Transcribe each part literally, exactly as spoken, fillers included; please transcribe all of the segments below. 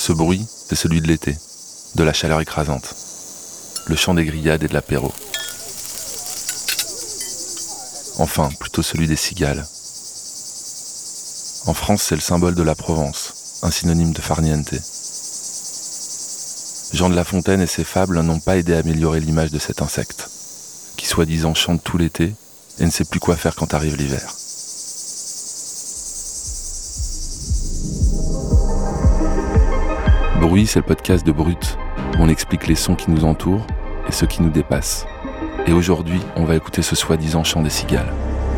Ce bruit, c'est celui de l'été, de la chaleur écrasante, le chant des grillades et de l'apéro. Enfin, plutôt celui des cigales. En France, c'est le symbole de la Provence, un synonyme de farniente. Jean de La Fontaine et ses fables n'ont pas aidé à améliorer l'image de cet insecte, qui soi-disant chante tout l'été et ne sait plus quoi faire quand arrive l'hiver. Bruit, c'est le podcast de Brut, où on explique les sons qui nous entourent et ceux qui nous dépassent. Et aujourd'hui, on va écouter ce soi-disant chant des cigales.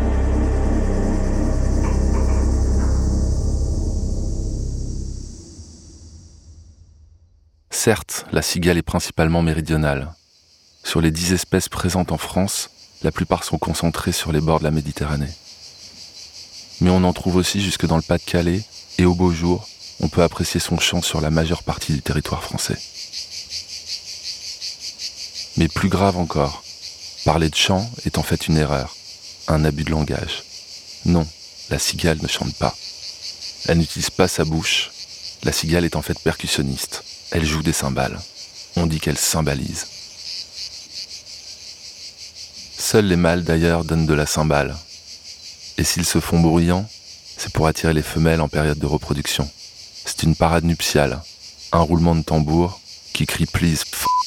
Certes, la cigale est principalement méridionale. Sur les dix espèces présentes en France, la plupart sont concentrées sur les bords de la Méditerranée. Mais on en trouve aussi jusque dans le Pas-de-Calais, et au beau jour, on peut apprécier son chant sur la majeure partie du territoire français. Mais plus grave encore, parler de chant est en fait une erreur, un abus de langage. Non, la cigale ne chante pas. Elle n'utilise pas sa bouche. La cigale est en fait percussionniste. Elle joue des cymbales. On dit qu'elle cymbalise. Seuls les mâles d'ailleurs donnent de la cymbale. Et s'ils se font bruyants, c'est pour attirer les femelles en période de reproduction. C'est une parade nuptiale, un roulement de tambour qui crie « Please, f*** me ».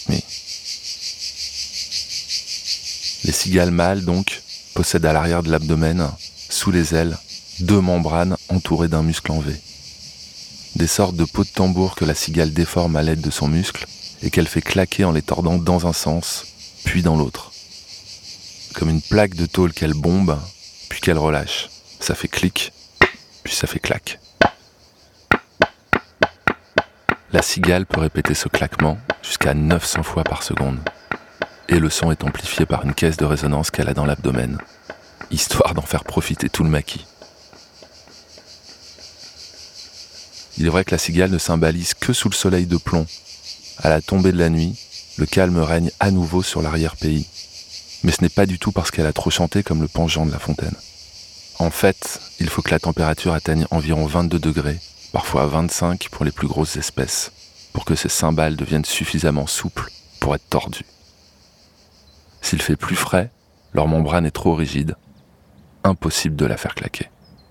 Les cigales mâles, donc, possèdent à l'arrière de l'abdomen, sous les ailes, deux membranes entourées d'un muscle en V. Des sortes de peaux de tambour que la cigale déforme à l'aide de son muscle et qu'elle fait claquer en les tordant dans un sens, puis dans l'autre. Comme une plaque de tôle qu'elle bombe, puis qu'elle relâche. Ça fait clic, puis ça fait clac. La cigale peut répéter ce claquement jusqu'à neuf cents fois par seconde. Et le son est amplifié par une caisse de résonance qu'elle a dans l'abdomen, histoire d'en faire profiter tout le maquis. Il est vrai que la cigale ne cymbalise que sous le soleil de plomb. À la tombée de la nuit, le calme règne à nouveau sur l'arrière-pays. Mais ce n'est pas du tout parce qu'elle a trop chanté comme le pense Jean de La Fontaine. En fait, il faut que la température atteigne environ vingt-deux degrés, parfois vingt-cinq pour les plus grosses espèces, pour que ces cymbales deviennent suffisamment souples pour être tordues. S'il fait plus frais, leur membrane est trop rigide, impossible de la faire claquer.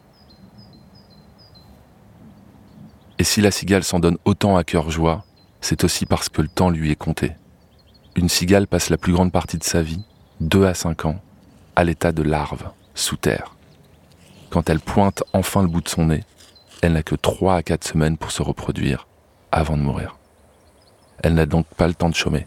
Et si la cigale s'en donne autant à cœur joie, c'est aussi parce que le temps lui est compté. Une cigale passe la plus grande partie de sa vie, deux à cinq ans, à l'état de larve, sous terre. Quand elle pointe enfin le bout de son nez, elle n'a que trois à quatre semaines pour se reproduire, avant de mourir. Elle n'a donc pas le temps de chômer.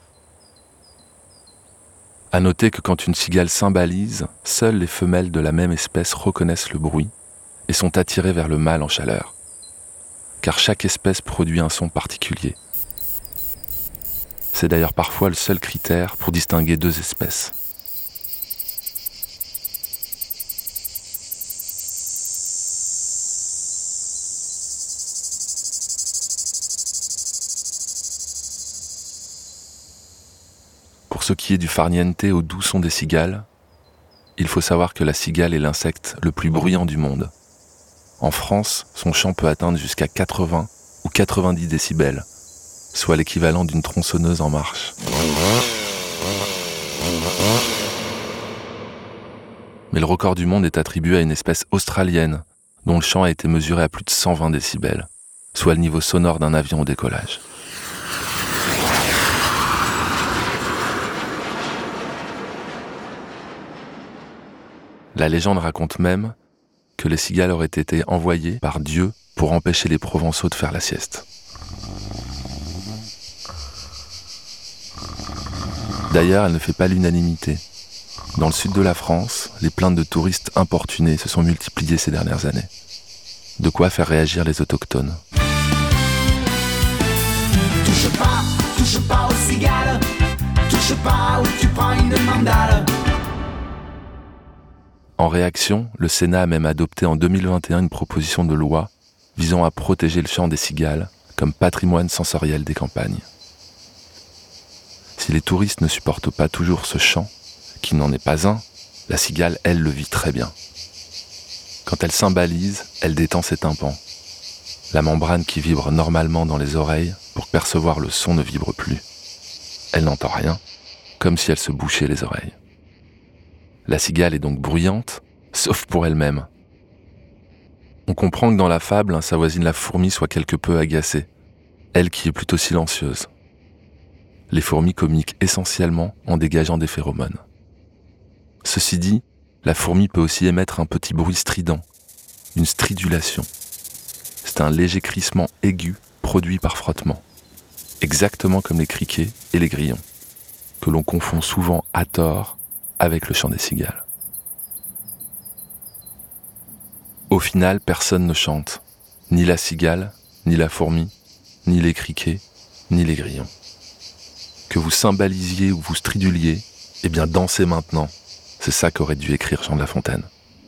À noter que quand une cigale cymbalise, seules les femelles de la même espèce reconnaissent le bruit et sont attirées vers le mâle en chaleur. Car chaque espèce produit un son particulier. C'est d'ailleurs parfois le seul critère pour distinguer deux espèces. Pour ce qui est du farniente au doux son des cigales, il faut savoir que la cigale est l'insecte le plus bruyant du monde. En France, son chant peut atteindre jusqu'à quatre-vingts ou quatre-vingt-dix décibels, soit l'équivalent d'une tronçonneuse en marche. Mais le record du monde est attribué à une espèce australienne, dont le chant a été mesuré à plus de cent vingt décibels, soit le niveau sonore d'un avion au décollage. La légende raconte même que les cigales auraient été envoyées par Dieu pour empêcher les Provençaux de faire la sieste. D'ailleurs, elle ne fait pas l'unanimité. Dans le sud de la France, les plaintes de touristes importunés se sont multipliées ces dernières années. De quoi faire réagir les autochtones. Touche pas, touche pas aux cigales, touche pas ou tu prends une mandale. En réaction, le Sénat a même adopté en deux mille vingt et un une proposition de loi visant à protéger le chant des cigales comme patrimoine sensoriel des campagnes. Si les touristes ne supportent pas toujours ce chant, qui n'en est pas un, la cigale, elle, le vit très bien. Quand elle cymbalise, elle détend ses tympans. la membrane qui vibre normalement dans les oreilles pour percevoir le son ne vibre plus. Elle n'entend rien, comme si elle se bouchait les oreilles. La cigale est donc bruyante, sauf pour elle-même. On comprend que dans la fable, sa voisine la fourmi soit quelque peu agacée, elle qui est plutôt silencieuse. Les fourmis communiquent essentiellement en dégageant des phéromones. Ceci dit, la fourmi peut aussi émettre un petit bruit strident, une stridulation. C'est un léger crissement aigu produit par frottement, exactement comme les criquets et les grillons, que l'on confond souvent à tort avec le chant des cigales. Au final, personne ne chante, ni la cigale, ni la fourmi, ni les criquets, ni les grillons. Que vous cymbalisiez ou vous striduliez, eh bien dansez maintenant. C'est ça qu'aurait dû écrire Jean de La Fontaine.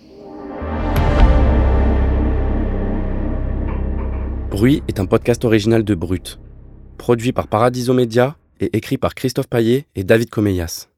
Bruit est un podcast original de Brut, produit par Paradiso Media et écrit par Christophe Paillet et David Comeyas.